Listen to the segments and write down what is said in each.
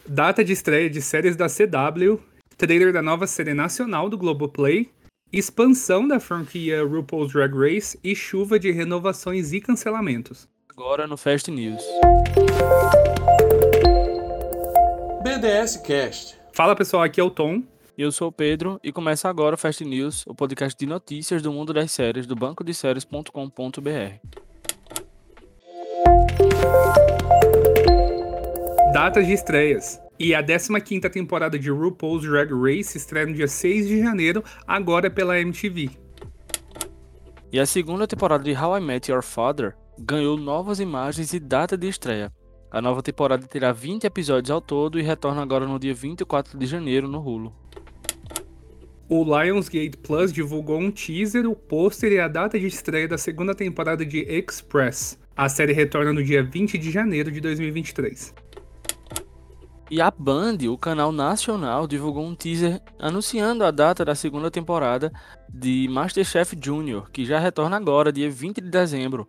Data de estreia de séries da CW, trailer da nova série nacional do Globoplay, expansão da franquia RuPaul's Drag Race e chuva de renovações e cancelamentos. Agora no Fast News. BDS Cast. Fala pessoal, aqui é o Tom. Eu sou o Pedro e começa agora o Fast News, o podcast de notícias do mundo das séries do bancodeséries.com.br. Datas de estreias. E a 15ª temporada de RuPaul's Drag Race estreia no dia 6 de janeiro, agora pela MTV. E a segunda temporada de How I Met Your Father ganhou novas imagens e data de estreia. A nova temporada terá 20 episódios ao todo e retorna agora no dia 24 de janeiro no Hulu. O Lionsgate Plus divulgou um teaser, o pôster e a data de estreia da segunda temporada de Express. A série retorna no dia 20 de janeiro de 2023. E a Band, o canal nacional, divulgou um teaser anunciando a data da segunda temporada de MasterChef Junior, que já retorna agora, dia 20 de dezembro.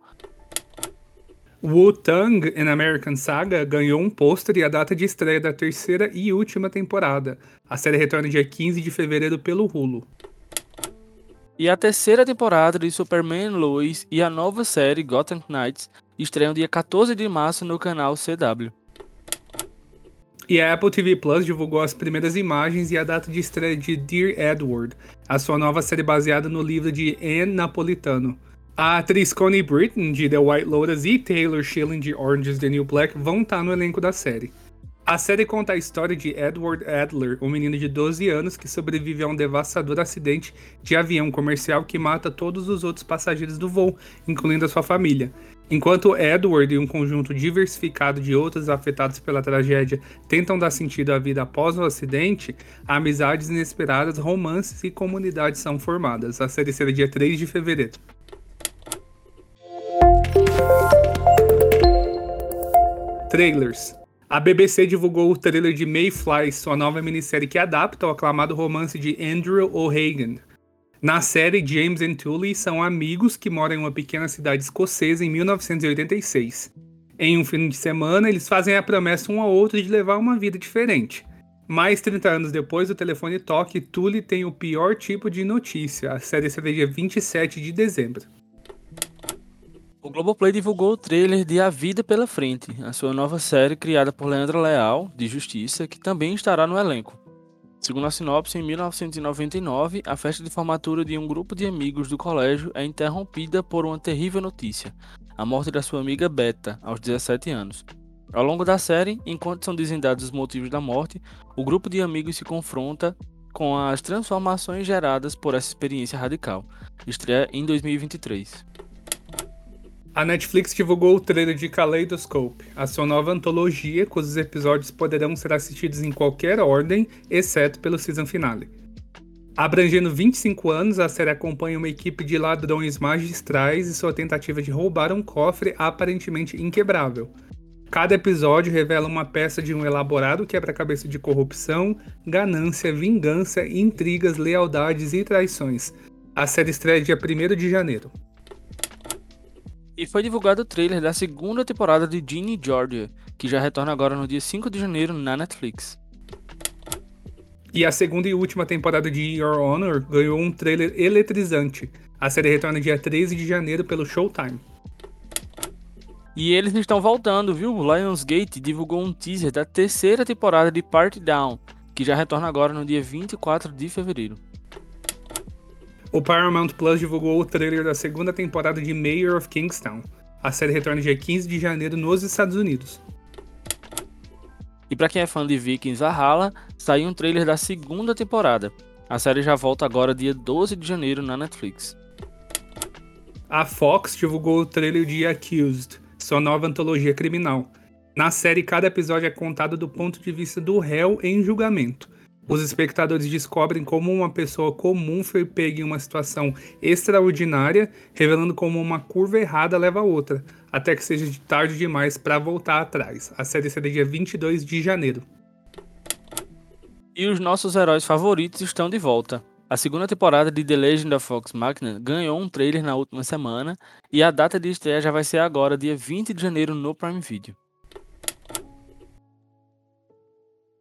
Wu-Tang An American Saga ganhou um pôster e a data de estreia da terceira e última temporada. A série retorna dia 15 de fevereiro pelo Hulu. E a terceira temporada de Superman Lois e a nova série Gotham Knights estreiam dia 14 de março no canal CW. E a Apple TV Plus divulgou as primeiras imagens e a data de estreia de Dear Edward, a sua nova série baseada no livro de Anne Napolitano. A atriz Connie Britton, de The White Lotus, e Taylor Schilling, de Orange is the New Black, vão estar no elenco da série. A série conta a história de Edward Adler, um menino de 12 anos que sobrevive a um devastador acidente de avião comercial que mata todos os outros passageiros do voo, incluindo a sua família. Enquanto Edward e um conjunto diversificado de outros afetados pela tragédia tentam dar sentido à vida após o acidente, amizades inesperadas, romances e comunidades são formadas. A série será dia 3 de fevereiro. Trailers. A BBC divulgou o trailer de Mayfly, sua nova minissérie que adapta o aclamado romance de Andrew O'Hagan. Na série, James e Tully são amigos que moram em uma pequena cidade escocesa em 1986. Em um fim de semana, eles fazem a promessa um ao outro de levar uma vida diferente. Mais 30 anos depois do telefone toque, Tully tem o pior tipo de notícia. A série será dia 27 de dezembro. O Globoplay divulgou o trailer de A Vida Pela Frente, a sua nova série criada por Leandra Leal, de Justiça, que também estará no elenco. Segundo a sinopse, em 1999, a festa de formatura de um grupo de amigos do colégio é interrompida por uma terrível notícia, a morte da sua amiga Beta, aos 17 anos. Ao longo da série, enquanto são desvendados os motivos da morte, o grupo de amigos se confronta com as transformações geradas por essa experiência radical. Estreia em 2023. A Netflix divulgou o trailer de Kaleidoscope, a sua nova antologia, cujos episódios poderão ser assistidos em qualquer ordem, exceto pelo season finale. Abrangendo 25 anos, a série acompanha uma equipe de ladrões magistrais e sua tentativa de roubar um cofre aparentemente inquebrável. Cada episódio revela uma peça de um elaborado quebra-cabeça de corrupção, ganância, vingança, intrigas, lealdades e traições. A série estreia dia 1º de janeiro. E foi divulgado o trailer da segunda temporada de Ginny Georgia, que já retorna agora no dia 5 de janeiro na Netflix. E a segunda e última temporada de Your Honor ganhou um trailer eletrizante. A série retorna dia 13 de janeiro pelo Showtime. E eles estão voltando, viu? O Lionsgate divulgou um teaser da terceira temporada de Party Down, que já retorna agora no dia 24 de fevereiro. O Paramount Plus divulgou o trailer da segunda temporada de Mayor of Kingstown. A série retorna dia 15 de janeiro nos Estados Unidos. E para quem é fã de Vikings Valhalla, saiu um trailer da segunda temporada. A série já volta agora dia 12 de janeiro na Netflix. A Fox divulgou o trailer de Accused, sua nova antologia criminal. Na série, cada episódio é contado do ponto de vista do réu em julgamento. Os espectadores descobrem como uma pessoa comum foi pega em uma situação extraordinária, revelando como uma curva errada leva a outra, até que seja tarde demais para voltar atrás. A série será dia 22 de janeiro. E os nossos heróis favoritos estão de volta. A segunda temporada de The Legend of Vox Machina ganhou um trailer na última semana e a data de estreia já vai ser agora, dia 20 de janeiro, no Prime Video.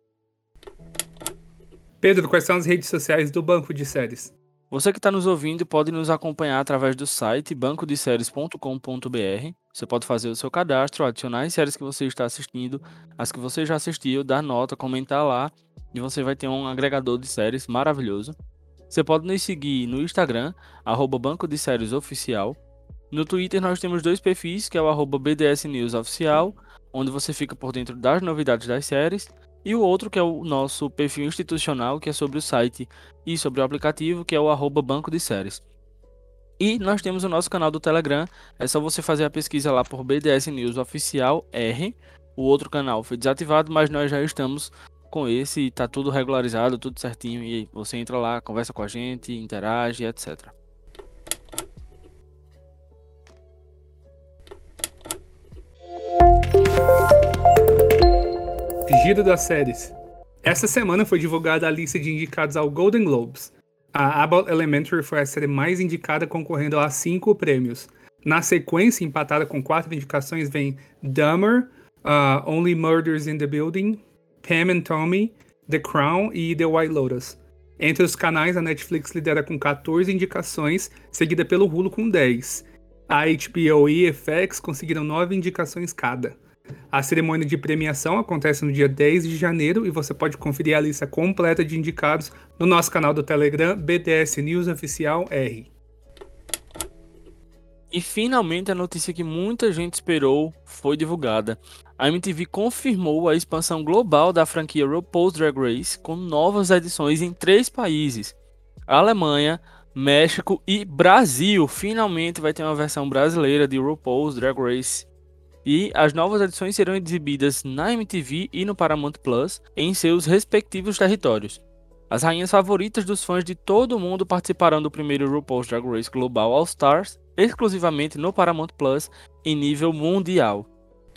Pedro, quais são as redes sociais do Banco de Séries? Você que está nos ouvindo pode nos acompanhar através do site bancodeséries.com.br. Você pode fazer o seu cadastro, adicionar as séries que você está assistindo, as que você já assistiu, dar nota, comentar lá, e você vai ter um agregador de séries maravilhoso. Você pode nos seguir no Instagram, Banco de Séries Oficial. No Twitter nós temos 2 perfis, que é o BDS News Oficial, onde você fica por dentro das novidades das séries, e o outro que é o nosso perfil institucional, que é sobre o site e sobre o aplicativo, que é o Banco de Séries. E nós temos o nosso canal do Telegram, é só você fazer a pesquisa lá por BDS News Oficial R. O outro canal foi desativado, mas nós já estamos com esse, tá tudo regularizado, tudo certinho, e você entra lá, conversa com a gente, interage, etc. Giro das séries. Essa semana foi divulgada a lista de indicados ao Golden Globes. A Abbott Elementary foi a série mais indicada, concorrendo a 5 prêmios. Na sequência, empatada com 4 indicações, vem Dahmer, Only Murders in the Building, Pam and Tommy, The Crown e The White Lotus. Entre os canais, a Netflix lidera com 14 indicações, seguida pelo Hulu com 10. A HBO e FX conseguiram 9 indicações cada. A cerimônia de premiação acontece no dia 10 de janeiro e você pode conferir a lista completa de indicados no nosso canal do Telegram, BDS News Oficial R. E finalmente a notícia que muita gente esperou foi divulgada. A MTV confirmou a expansão global da franquia RuPaul's Drag Race com novas edições em 3 países: Alemanha, México e Brasil. Finalmente vai ter uma versão brasileira de RuPaul's Drag Race. E as novas edições serão exibidas na MTV e no Paramount Plus em seus respectivos territórios. As rainhas favoritas dos fãs de todo mundo participarão do primeiro RuPaul's Drag Race Global All Stars, exclusivamente no Paramount Plus, em nível mundial.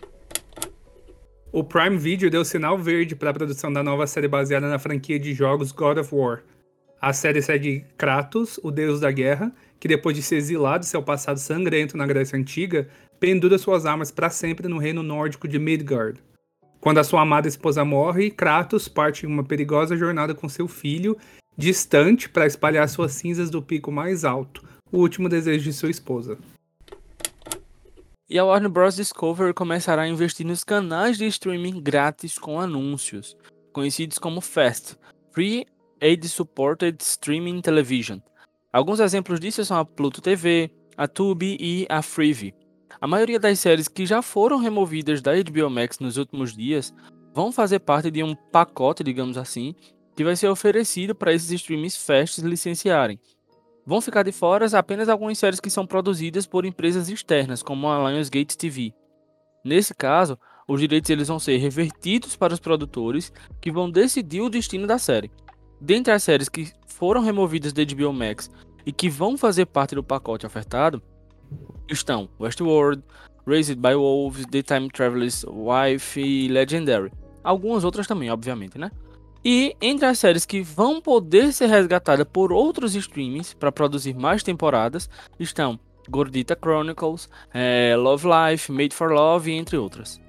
O Prime Video deu sinal verde para a produção da nova série baseada na franquia de jogos God of War. A série segue Kratos, o deus da guerra, que depois de ser exilado de seu passado sangrento na Grécia Antiga, pendura suas armas para sempre no reino nórdico de Midgard. Quando a sua amada esposa morre, Kratos parte em uma perigosa jornada com seu filho, distante para espalhar suas cinzas do pico mais alto, o último desejo de sua esposa. E a Warner Bros. Discovery começará a investir nos canais de streaming grátis com anúncios, conhecidos como FAST, Free Ad Supported Streaming Television. Alguns exemplos disso são a Pluto TV, a Tubi e a Freevee. A maioria das séries que já foram removidas da HBO Max nos últimos dias vão fazer parte de um pacote, digamos assim, que vai ser oferecido para esses streamings FAST licenciarem. Vão ficar de fora apenas algumas séries que são produzidas por empresas externas, como a Lionsgate TV. Nesse caso, os direitos eles vão ser revertidos para os produtores, que vão decidir o destino da série. Dentre as séries que foram removidas da HBO Max e que vão fazer parte do pacote ofertado, estão Westworld, Raised by Wolves, The Time Traveler's Wife e Legendary. Algumas outras também, obviamente, né? E entre as séries que vão poder ser resgatadas por outros streamings para produzir mais temporadas, estão Gordita Chronicles, Love Life, Made for Love, entre outras.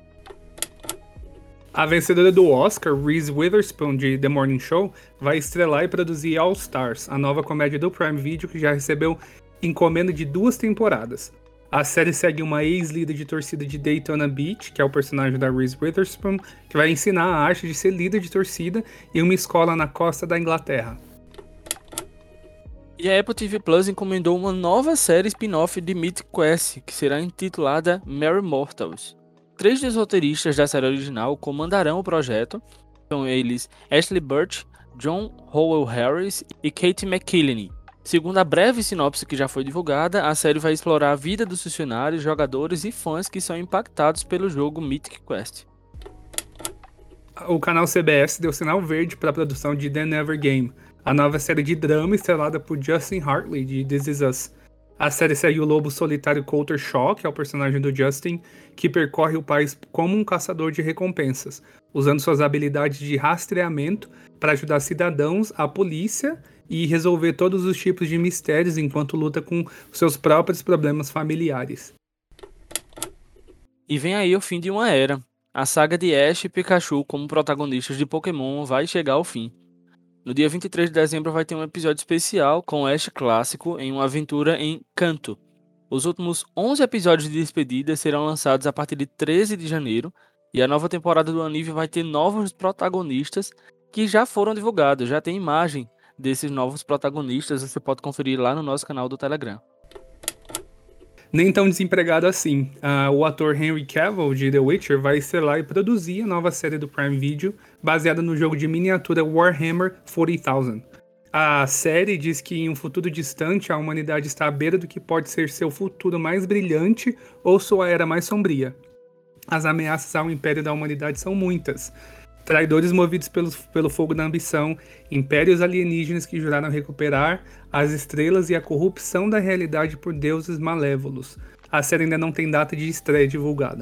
A vencedora do Oscar, Reese Witherspoon, de The Morning Show, vai estrelar e produzir All Stars, a nova comédia do Prime Video que já recebeu encomenda de 2 temporadas. A série segue uma ex-líder de torcida de Daytona Beach, que é o personagem da Reese Witherspoon, que vai ensinar a arte de ser líder de torcida em uma escola na costa da Inglaterra. E a Apple TV Plus encomendou uma nova série spin-off de Mythic Quest, que será intitulada Merry Mortals. 3 dos roteiristas da série original comandarão o projeto, são eles Ashley Burch, John Howell Harris e Kate McKillany. Segundo a breve sinopse que já foi divulgada, a série vai explorar a vida dos funcionários, jogadores e fãs que são impactados pelo jogo Mythic Quest. O canal CBS deu sinal verde para a produção de The Never Game, a nova série de drama estrelada por Justin Hartley, de This Is Us. A série segue o lobo solitário Coulter Shaw, que é o personagem do Justin, que percorre o país como um caçador de recompensas, usando suas habilidades de rastreamento para ajudar cidadãos, a polícia e resolver todos os tipos de mistérios enquanto luta com seus próprios problemas familiares. E vem aí o fim de uma era. A saga de Ash e Pikachu como protagonistas de Pokémon vai chegar ao fim. No dia 23 de dezembro vai ter um episódio especial com Ash clássico em uma aventura em Kanto. Os últimos 11 episódios de despedida serão lançados a partir de 13 de janeiro, e a nova temporada do anime vai ter novos protagonistas que já foram divulgados, já tem imagem desses novos protagonistas, você pode conferir lá no nosso canal do Telegram. Nem tão desempregado assim. O ator Henry Cavill, de The Witcher, vai estrelar e produzir a nova série do Prime Video, baseada no jogo de miniatura Warhammer 40,000. A série diz que em um futuro distante a humanidade está à beira do que pode ser seu futuro mais brilhante ou sua era mais sombria. As ameaças ao império da humanidade são muitas. Traidores movidos pelo fogo da ambição, impérios alienígenas que juraram recuperar as estrelas e a corrupção da realidade por deuses malévolos. A série ainda não tem data de estreia divulgada.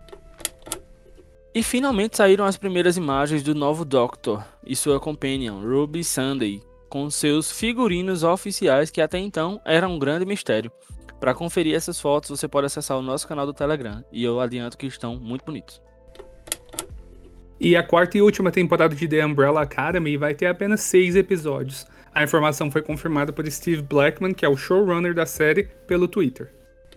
E finalmente saíram as primeiras imagens do novo Doctor e sua companion, Ruby Sunday, com seus figurinos oficiais que até então eram um grande mistério. Para conferir essas fotos, você pode acessar o nosso canal do Telegram, e eu adianto que estão muito bonitos. E a quarta e última temporada de The Umbrella Academy vai ter apenas 6 episódios. A informação foi confirmada por Steve Blackman, que é o showrunner da série, pelo Twitter.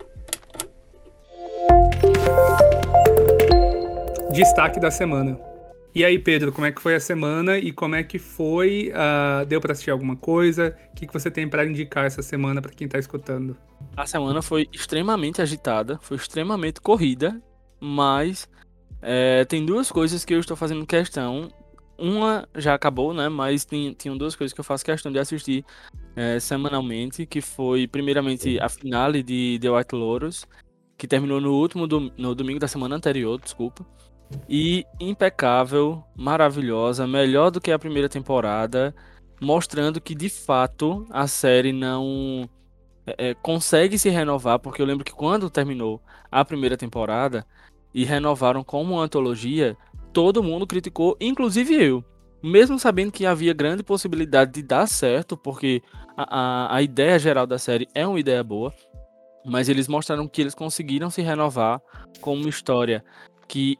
Destaque da semana. E aí, Pedro, como é que foi a semana e como é que foi? Deu pra assistir alguma coisa? O que você tem pra indicar essa semana pra quem tá escutando? A semana foi extremamente agitada, foi extremamente corrida, mas tem duas coisas que eu estou fazendo questão. Uma já acabou, né? Mas tinham duas coisas que eu faço questão de assistir semanalmente, que foi, primeiramente, a finale de The White Lotus, que terminou no domingo da semana anterior, desculpa. E impecável, maravilhosa, melhor do que a primeira temporada, mostrando que de fato a série não consegue se renovar, porque eu lembro que quando terminou a primeira temporada e renovaram como uma antologia, todo mundo criticou, inclusive eu, mesmo sabendo que havia grande possibilidade de dar certo, porque a ideia geral da série é uma ideia boa, mas eles mostraram que eles conseguiram se renovar com uma história que,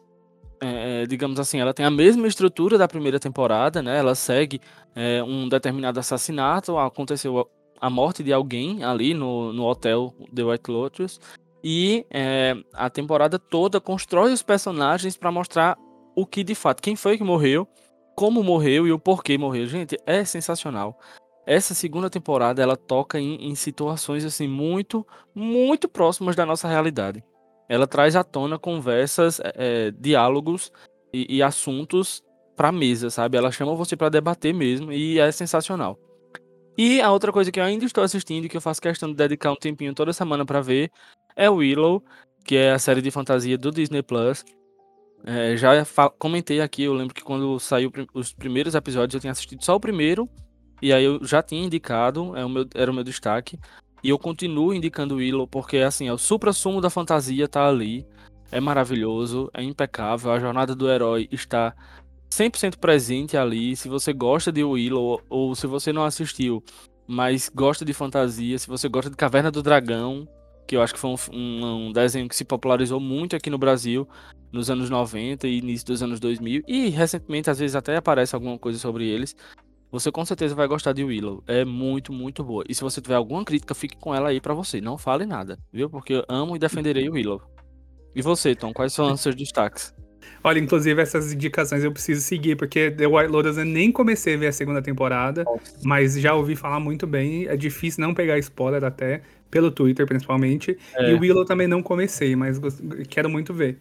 digamos assim, ela tem a mesma estrutura da primeira temporada, né? Ela segue um determinado assassinato, aconteceu a morte de alguém ali no hotel The White Lotus, e a temporada toda constrói os personagens para mostrar o que de fato, quem foi que morreu, como morreu e o porquê morreu. Gente, é sensacional. Essa segunda temporada ela toca em situações assim muito, muito próximas da nossa realidade. Ela traz à tona conversas, diálogos e assuntos pra mesa, sabe? Ela chama você pra debater mesmo e é sensacional. E a outra coisa que eu ainda estou assistindo e que eu faço questão de dedicar um tempinho toda semana pra ver é Willow, que é a série de fantasia do Disney Plus. Já comentei aqui, eu lembro que quando saiu os primeiros episódios eu tinha assistido só o primeiro, e aí eu já tinha indicado, era o meu destaque. E eu continuo indicando Willow porque assim, o suprassumo da fantasia tá ali. É maravilhoso, é impecável. A jornada do herói está 100% presente ali. Se você gosta de Willow, ou se você não assistiu, mas gosta de fantasia, se você gosta de Caverna do Dragão, que eu acho que foi um desenho que se popularizou muito aqui no Brasil nos anos 90 e início dos anos 2000. E recentemente, às vezes, até aparece alguma coisa sobre eles. Você com certeza vai gostar de Willow. É muito, muito boa. E se você tiver alguma crítica, fique com ela aí pra você. Não fale nada, viu? Porque eu amo e defenderei o Willow. E você, Tom? Quais são os seus destaques? Olha, inclusive essas indicações eu preciso seguir, porque The White Lotus eu nem comecei a ver a segunda temporada, mas já ouvi falar muito bem. É difícil não pegar spoiler até, pelo Twitter principalmente. E o Willow também não comecei, mas quero muito ver.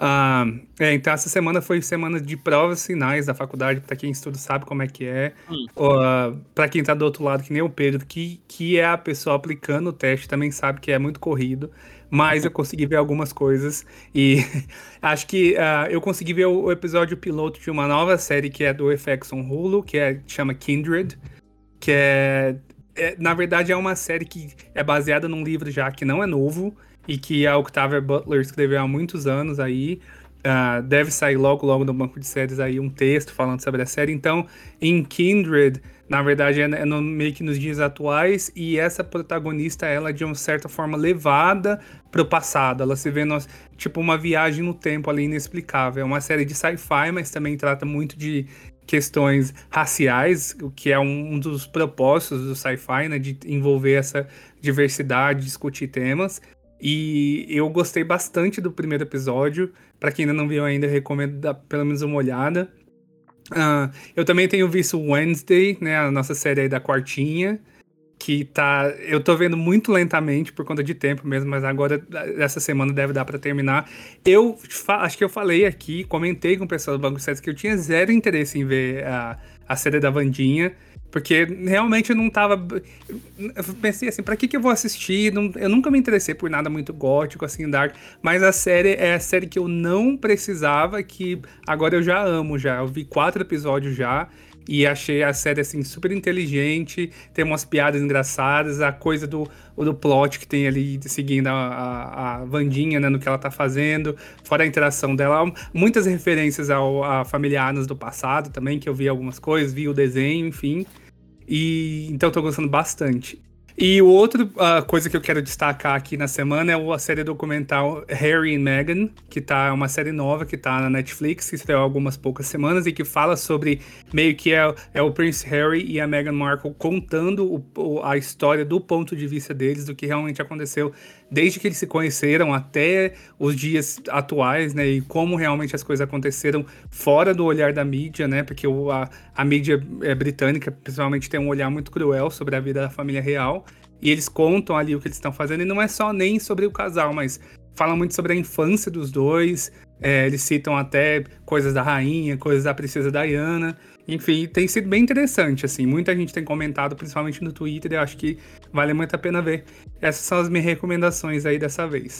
Então essa semana foi semana de provas finais da faculdade, pra quem estuda sabe como é que é. Pra quem tá do outro lado, que nem o Pedro, que é a pessoa aplicando o teste, também sabe que é muito corrido. Mas eu consegui ver algumas coisas e acho que eu consegui ver o episódio piloto de uma nova série que é do FX on Hulu, que chama Kindred, que na verdade é uma série que é baseada num livro já que não é novo e que a Octavia Butler escreveu há muitos anos aí. Deve sair logo no banco de séries aí um texto falando sobre a série. Então, em Kindred, na verdade, meio que nos dias atuais, e essa protagonista, ela de uma certa forma levada pro passado. Ela se vê tipo uma viagem no tempo ali inexplicável. É uma série de sci-fi, mas também trata muito de questões raciais, o que é um dos propósitos do sci-fi, né, de envolver essa diversidade, discutir temas. E eu gostei bastante do primeiro episódio. Pra quem ainda não viu ainda, eu recomendo dar pelo menos uma olhada. Eu também tenho visto Wednesday, né, a nossa série aí da quartinha, que eu tô vendo muito lentamente por conta de tempo mesmo, mas agora, essa semana, deve dar pra terminar. Acho que eu falei aqui, comentei com o pessoal do Banco Sets que eu tinha zero interesse em ver a série da Wandinha, porque realmente eu não tava... Eu pensei assim, pra que eu vou assistir? Eu nunca me interessei por nada muito gótico, assim, dark, mas a série é a série que eu não precisava, que agora eu já amo, já. Eu vi 4 episódios já, e achei a série, assim, super inteligente, tem umas piadas engraçadas, a coisa do plot que tem ali, seguindo a Wandinha, né, no que ela tá fazendo, fora a interação dela, muitas referências a família Addams do passado também, que eu vi algumas coisas, vi o desenho, enfim, e então tô gostando bastante. E outra coisa que eu quero destacar aqui na semana é a série documental Harry and Meghan, que é uma série nova que tá na Netflix, que estreou há algumas poucas semanas e que fala sobre meio que é o Prince Harry e a Meghan Markle contando a história do ponto de vista deles, do que realmente aconteceu desde que eles se conheceram até os dias atuais, né? E como realmente as coisas aconteceram fora do olhar da mídia, né? Porque a mídia britânica, principalmente, tem um olhar muito cruel sobre a vida da família real. E eles contam ali o que eles estão fazendo, e não é só nem sobre o casal, mas falam muito sobre a infância dos dois. Eles citam até coisas da rainha, coisas da princesa Diana. Enfim, tem sido bem interessante, assim. Muita gente tem comentado, principalmente no Twitter, e eu acho que vale muito a pena ver. Essas são as minhas recomendações aí dessa vez.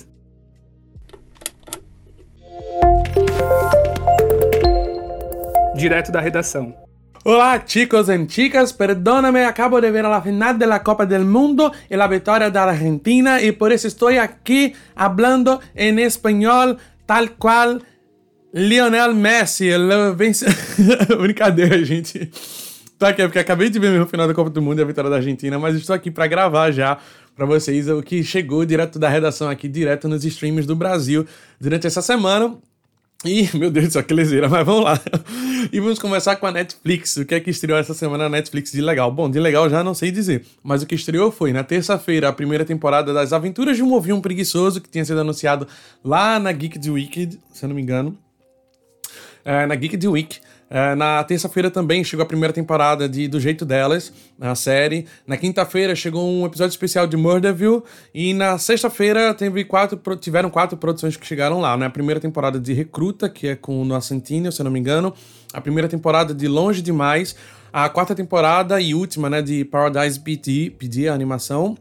Direto da redação. Hola chicos y chicas, perdóname, acabo de ver a la final de la Copa del Mundo y la victoria de Argentina y por eso estoy aquí hablando en español tal cual Lionel Messi, Brincadeira, gente. Tô aqui porque acabei de ver o final da Copa do Mundo e a vitória da Argentina, mas estou aqui para gravar já para vocês o que chegou direto da redação aqui, direto nos streams do Brasil durante essa semana. E, meu Deus do céu, que lezeira, mas vamos lá. E vamos começar com a Netflix. O que é que estreou essa semana na Netflix de legal? Bom, de legal já não sei dizer, mas o que estreou foi, na terça-feira, a primeira temporada das Aventuras de um Ovinho Preguiçoso, que tinha sido anunciado lá na Geek the Week, se eu não me engano. Na Geek the Week. Na terça-feira também chegou a primeira temporada de Do Jeito Delas, a série. Na quinta-feira chegou um episódio especial de Murderville. E na sexta-feira tiveram 4 produções que chegaram lá, né? A primeira temporada de Recruta, que é com o Noah Centineo, se eu não me engano. A primeira temporada de Longe Demais. A quarta temporada e última, né, de Paradise PD, a animação.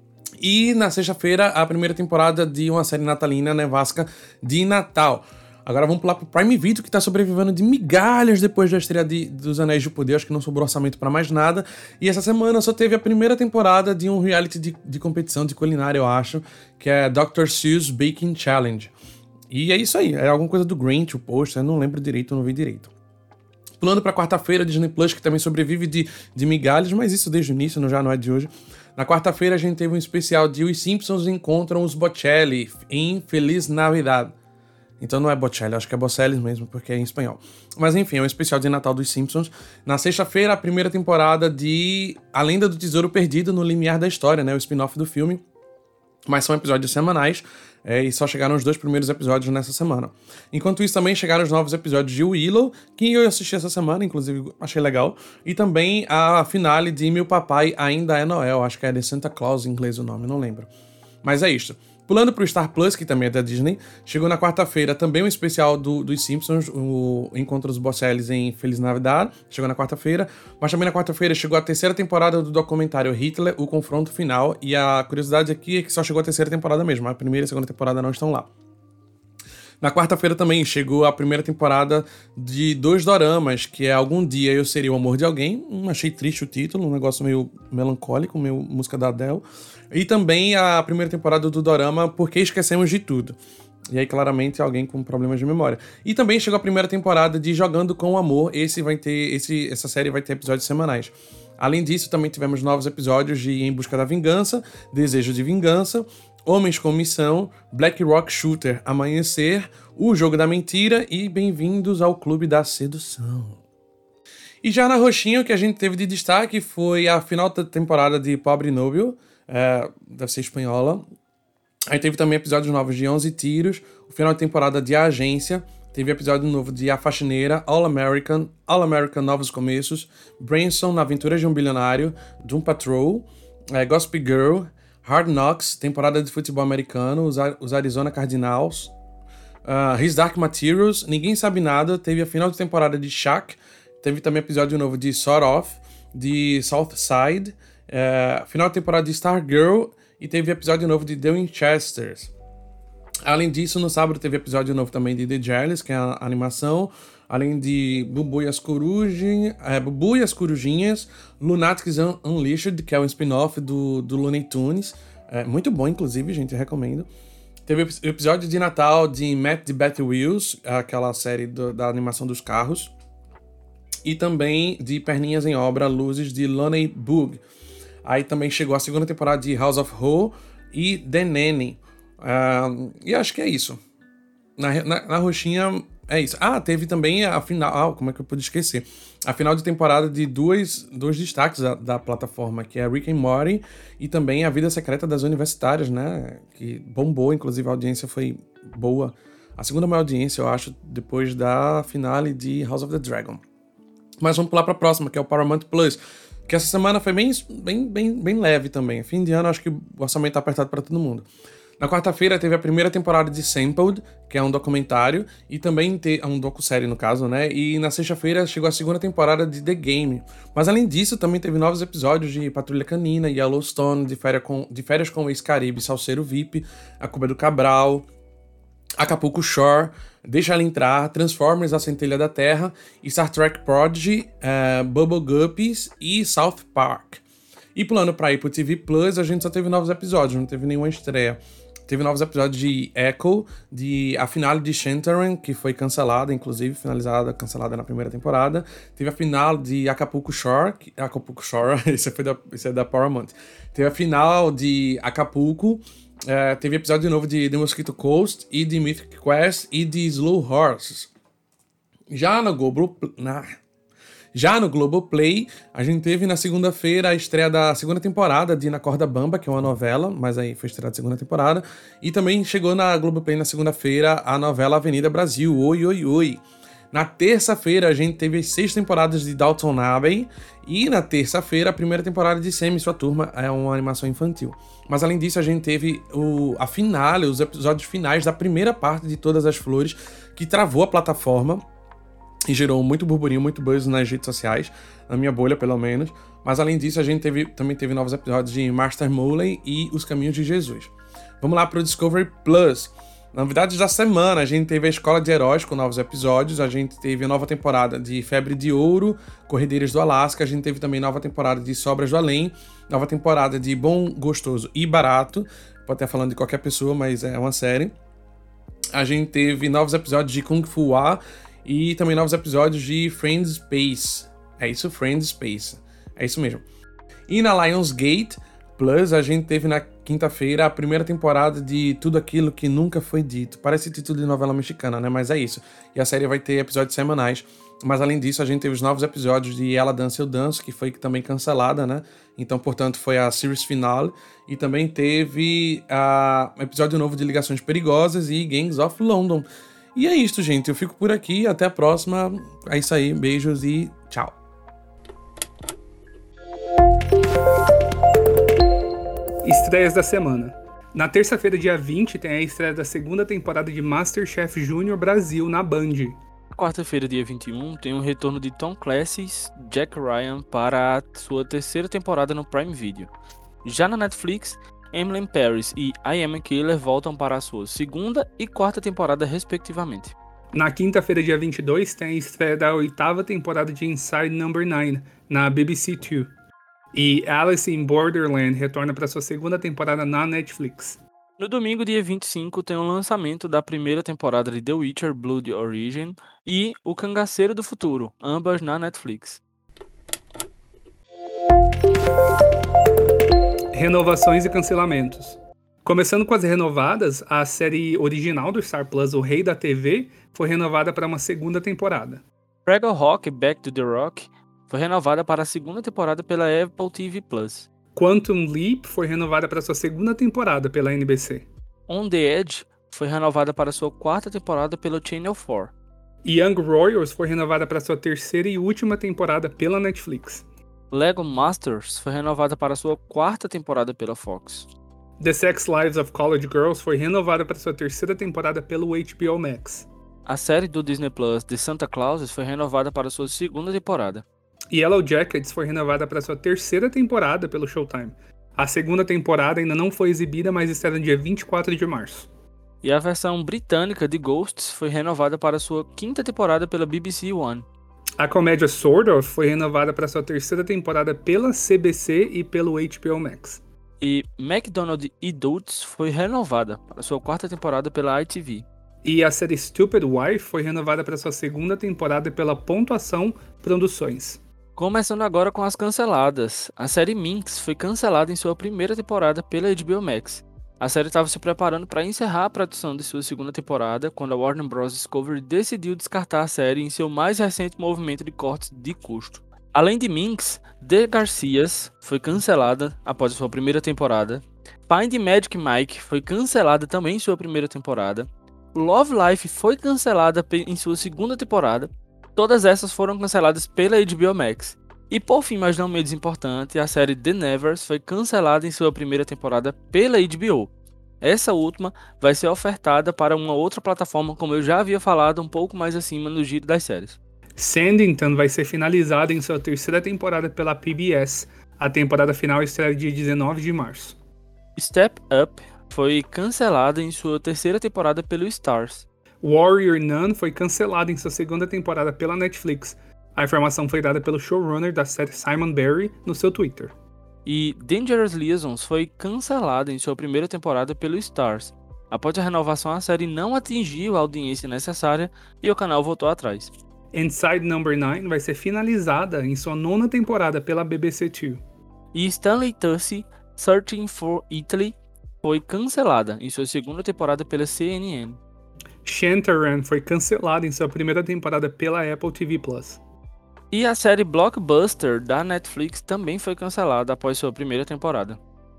E na sexta-feira a primeira temporada de uma série natalina, nevasca, de Natal. Agora vamos pular pro Prime Video, que tá sobrevivendo de migalhas depois da estreia dos Anéis de Poder. Acho que não sobrou orçamento pra mais nada. E essa semana só teve a primeira temporada de um reality de competição de culinária, eu acho, que é Dr. Seuss Baking Challenge. E é isso aí, é alguma coisa do Grinch, o post, eu não lembro direito, eu não vi direito. Pulando pra quarta-feira, Disney Plus, que também sobrevive de migalhas, mas isso desde o início, já não é de hoje. Na quarta-feira a gente teve um especial de Os Simpsons encontram os Bocelli em Feliz Navidad. Então não é Bocelli, acho que é Bocelli mesmo, porque é em espanhol. Mas enfim, é um especial de Natal dos Simpsons. Na sexta-feira, a primeira temporada de A Lenda do Tesouro Perdido no Limiar da História, né? O spin-off do filme. Mas são episódios semanais, e só chegaram os 2 primeiros episódios nessa semana. Enquanto isso, também chegaram os novos episódios de Willow, que eu assisti essa semana, inclusive achei legal. E também a finale de Meu Papai Ainda é Noel, acho que é The Santa Claus em inglês o nome, não lembro. Mas é isso. Pulando pro Star Plus, que também é da Disney, chegou na quarta-feira também um especial dos Simpsons, o Encontro dos Bocelli em Feliz Navidad, chegou na quarta-feira, mas também na quarta-feira chegou a terceira temporada do documentário Hitler, o confronto final, e a curiosidade aqui é que só chegou a terceira temporada mesmo, a primeira e a segunda temporada não estão lá. Na quarta-feira também chegou a primeira temporada de 2 doramas, que é Algum Dia Eu Seria o Amor de Alguém. Achei triste o título, um negócio meio melancólico, meio música da Adele. E também a primeira temporada do dorama Por que Esquecemos de Tudo. E aí, claramente, alguém com problemas de memória. E também chegou a primeira temporada de Jogando com o Amor. Essa série vai ter episódios semanais. Além disso, também tivemos novos episódios de Em Busca da Vingança, Desejo de Vingança, Homens com Missão, Black Rock Shooter, Amanhecer, O Jogo da Mentira e Bem-vindos ao Clube da Sedução. E já na roxinha, o que a gente teve de destaque foi a final da temporada de Pobre Núbio, deve ser espanhola. Aí teve também episódios novos de 11 Tiros, o final de temporada de A Agência, teve episódio novo de A Faxineira, All American Novos Começos, Branson na Aventura de um Bilionário, Doom Patrol, Gossip Girl, Hard Knocks, temporada de futebol americano, os Arizona Cardinals, His Dark Materials, Ninguém Sabe Nada, teve a final de temporada de Shaq, teve também episódio novo de Sort Of, de South Side, final de temporada de Stargirl e teve episódio novo de The Winchesters. Além disso, no sábado teve episódio novo também de The Jellies, que é a animação, além de Bubu e as Corujinhas, Lunatics Unleashed, que é um spin-off do Looney Tunes, muito bom, inclusive, gente, recomendo. Teve episódio de Natal de Matt the Batwheels, aquela série da animação dos carros, e também de Perninhas em Obra, Luzes, de Lonnie Boog. Aí também chegou a segunda temporada de House of Ho e The Nanny. E acho que é isso. Na roxinha é isso. Teve também a final. Como é que eu pude esquecer? A final de temporada de dois destaques da plataforma, que é Rick and Morty e também A Vida Secreta das Universitárias, né? Que bombou, inclusive a audiência foi boa. A segunda maior audiência, eu acho, depois da finale de House of the Dragon. Mas vamos pular para a próxima, que é o Paramount Plus. Que essa semana foi bem leve também. Fim de ano, acho que o orçamento tá apertado para todo mundo. Na quarta-feira teve a primeira temporada de Sampled, que é um documentário, e também é um docu-série no caso, né? E na sexta-feira chegou a segunda temporada de The Game. Mas além disso, também teve novos episódios de Patrulha Canina, Yellowstone, de Férias com o Ex-Caribe, Salseiro VIP, A Cuba do Cabral, Acapulco Shore, Deixa Ela Entrar, Transformers, A Centelha da Terra, Star Trek Prodigy, Bubble Guppies e South Park. E pulando para Apple TV Plus, a gente só teve novos episódios, não teve nenhuma estreia. Teve novos episódios de Echo, de a finale de Shantaran, que foi cancelada, inclusive, cancelada na primeira temporada. Teve a final de Acapulco Shore, esse é da Paramount. Teve a final de Acapulco, teve episódio novo de The Mosquito Coast e de Mythic Quest e de Slow Horses. Já no Globoplay, a gente teve na segunda-feira a estreia da segunda temporada de Na Corda Bamba, que é uma novela, mas aí foi estreada a segunda temporada. E também chegou na Globoplay na segunda-feira a novela Avenida Brasil, Oi, Oi, Oi. Na terça-feira, a gente teve as 6 temporadas de Downton Abbey. E na terça-feira, a primeira temporada de Sam e Sua Turma, é uma animação infantil. Mas além disso, a gente teve a finale, os episódios finais da primeira parte de Todas as Flores, que travou a plataforma e gerou muito burburinho, muito buzz nas redes sociais, na minha bolha pelo menos. Mas além disso, a gente também teve novos episódios de Master Muley e Os Caminhos de Jesus. Vamos lá para o Discovery Plus. Novidades da semana, a gente teve a Escola de Heróis com novos episódios, a gente teve a nova temporada de Febre de Ouro, Corredeiras do Alasca, a gente teve também nova temporada de Sobras do Além, nova temporada de Bom, Gostoso e Barato, pode estar falando de qualquer pessoa, mas é uma série. A gente teve novos episódios de Kung Fu A e também novos episódios de Friends Space. É isso, Friends Space. É isso mesmo. E na Lionsgate Plus, a gente teve na quinta-feira a primeira temporada de Tudo Aquilo que Nunca Foi Dito. Parece título de novela mexicana, né? Mas é isso. E a série vai ter episódios semanais. Mas além disso, a gente teve os novos episódios de Ela Dança Eu Danço, que foi também cancelada, né? Então, portanto, foi a series final. E também teve episódio novo de Ligações Perigosas e Gangs of London. E é isso, gente. Eu fico por aqui. Até a próxima. É isso aí. Beijos e tchau. Estreias da semana. Na terça-feira, dia 20, tem a estreia da segunda temporada de MasterChef Júnior Brasil na Band. Na quarta-feira, dia 21, tem o retorno de Tom Clancy's Jack Ryan para a sua terceira temporada no Prime Video. Já na Netflix, Emily in Paris e I Am a Killer voltam para a sua segunda e quarta temporada, respectivamente. Na quinta-feira, dia 22, tem a estreia da 8ª temporada de Inside Number 9 na BBC Two. E Alice in Borderland retorna para sua segunda temporada na Netflix. No domingo, dia 25, tem o lançamento da primeira temporada de The Witcher Blood Origin e O Cangaceiro do Futuro, ambas na Netflix. Renovações e cancelamentos. Começando com as renovadas, a série original do Star Plus, O Rei da TV, foi renovada para uma segunda temporada. Fraggle Rock Back to the Rock foi renovada para a segunda temporada pela Apple TV+. Quantum Leap foi renovada para sua segunda temporada pela NBC. On the Edge foi renovada para sua quarta temporada pelo Channel 4. Young Royals foi renovada para sua terceira e última temporada pela Netflix. Lego Masters foi renovada para sua quarta temporada pela Fox. The Sex Lives of College Girls foi renovada para sua terceira temporada pelo HBO Max. A série do Disney Plus The Santa Clauses foi renovada para sua segunda temporada. Yellow Jackets foi renovada para sua terceira temporada pelo Showtime. A segunda temporada ainda não foi exibida, mas estreia no dia 24 de março. E a versão britânica de Ghosts foi renovada para sua quinta temporada pela BBC One. A comédia Sort of foi renovada para sua terceira temporada pela CBC e pelo HBO Max. E McDonald e Dutz foi renovada para sua quarta temporada pela ITV. E a série Stupid Wife foi renovada para sua segunda temporada pela Pontuação Produções. Começando agora com as canceladas. A série Minx foi cancelada em sua primeira temporada pela HBO Max. A série estava se preparando para encerrar a produção de sua segunda temporada quando a Warner Bros. Discovery decidiu descartar a série em seu mais recente movimento de cortes de custo. Além de Minx, The Garcias foi cancelada após a sua primeira temporada. Find Magic Mike foi cancelada também em sua primeira temporada. Love Life foi cancelada em sua segunda temporada. Todas essas foram canceladas pela HBO Max. E por fim, mas não menos importante, a série The Nevers foi cancelada em sua primeira temporada pela HBO. Essa última vai ser ofertada para uma outra plataforma, como eu já havia falado um pouco mais acima no giro das séries. Sandington vai ser finalizada em sua terceira temporada pela PBS. A temporada final estreia dia 19 de março. Step Up foi cancelada em sua terceira temporada pelo Starz. Warrior Nun foi cancelada em sua segunda temporada pela Netflix. A informação foi dada pelo showrunner da série Simon Barry no seu Twitter. E Dangerous Liaisons foi cancelada em sua primeira temporada pelo Starz. Após a renovação, a série não atingiu a audiência necessária e o canal voltou atrás. Inside Number 9 vai ser finalizada em sua nona temporada pela BBC Two. E Stanley Tucci, Searching for Italy, foi cancelada em sua segunda temporada pela CNN. Shantaran foi cancelada em sua primeira temporada pela Apple TV+. E a série Blockbuster da Netflix também foi cancelada após sua primeira temporada.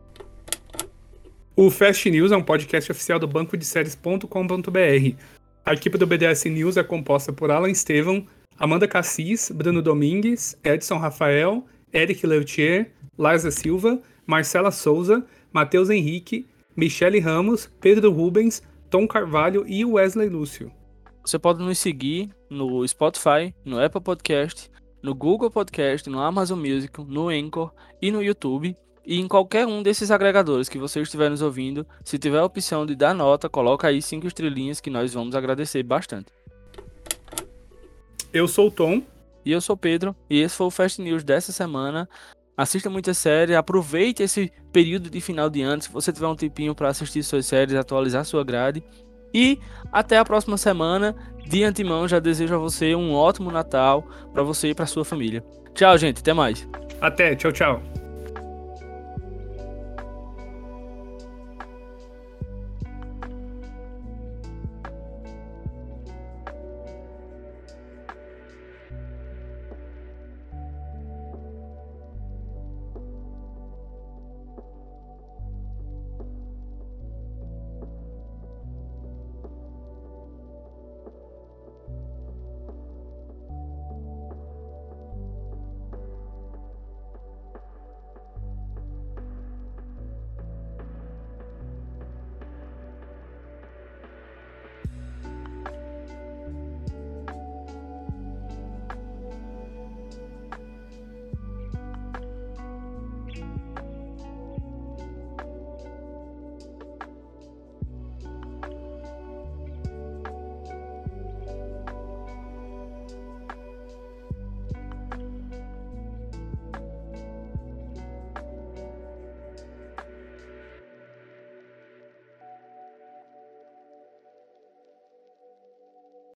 O Fast News é um podcast oficial do bancodeséries.com.br. A equipe do BDS News é composta por Alan Estevam, Amanda Cassis, Bruno Domingues, Edson Rafael, Eric Leutier, Larsa Silva, Marcela Souza, Matheus Henrique, Michele Ramos, Pedro Rubens, Tom Carvalho e Wesley Lúcio. Você pode nos seguir no Spotify, no Apple Podcast, no Google Podcast, no Amazon Music, no Anchor e no YouTube. E em qualquer um desses agregadores que você estiver nos ouvindo, se tiver a opção de dar nota, coloca aí 5 estrelinhas que nós vamos agradecer bastante. Eu sou o Tom. E eu sou o Pedro. E esse foi o Fast News dessa semana. Assista muita série, aproveite esse período de final de ano, se você tiver um tempinho para assistir suas séries, atualizar sua grade. E até a próxima semana. De antemão, já desejo a você um ótimo Natal para você e para sua família. Tchau, gente. Até mais. Até. Tchau, tchau.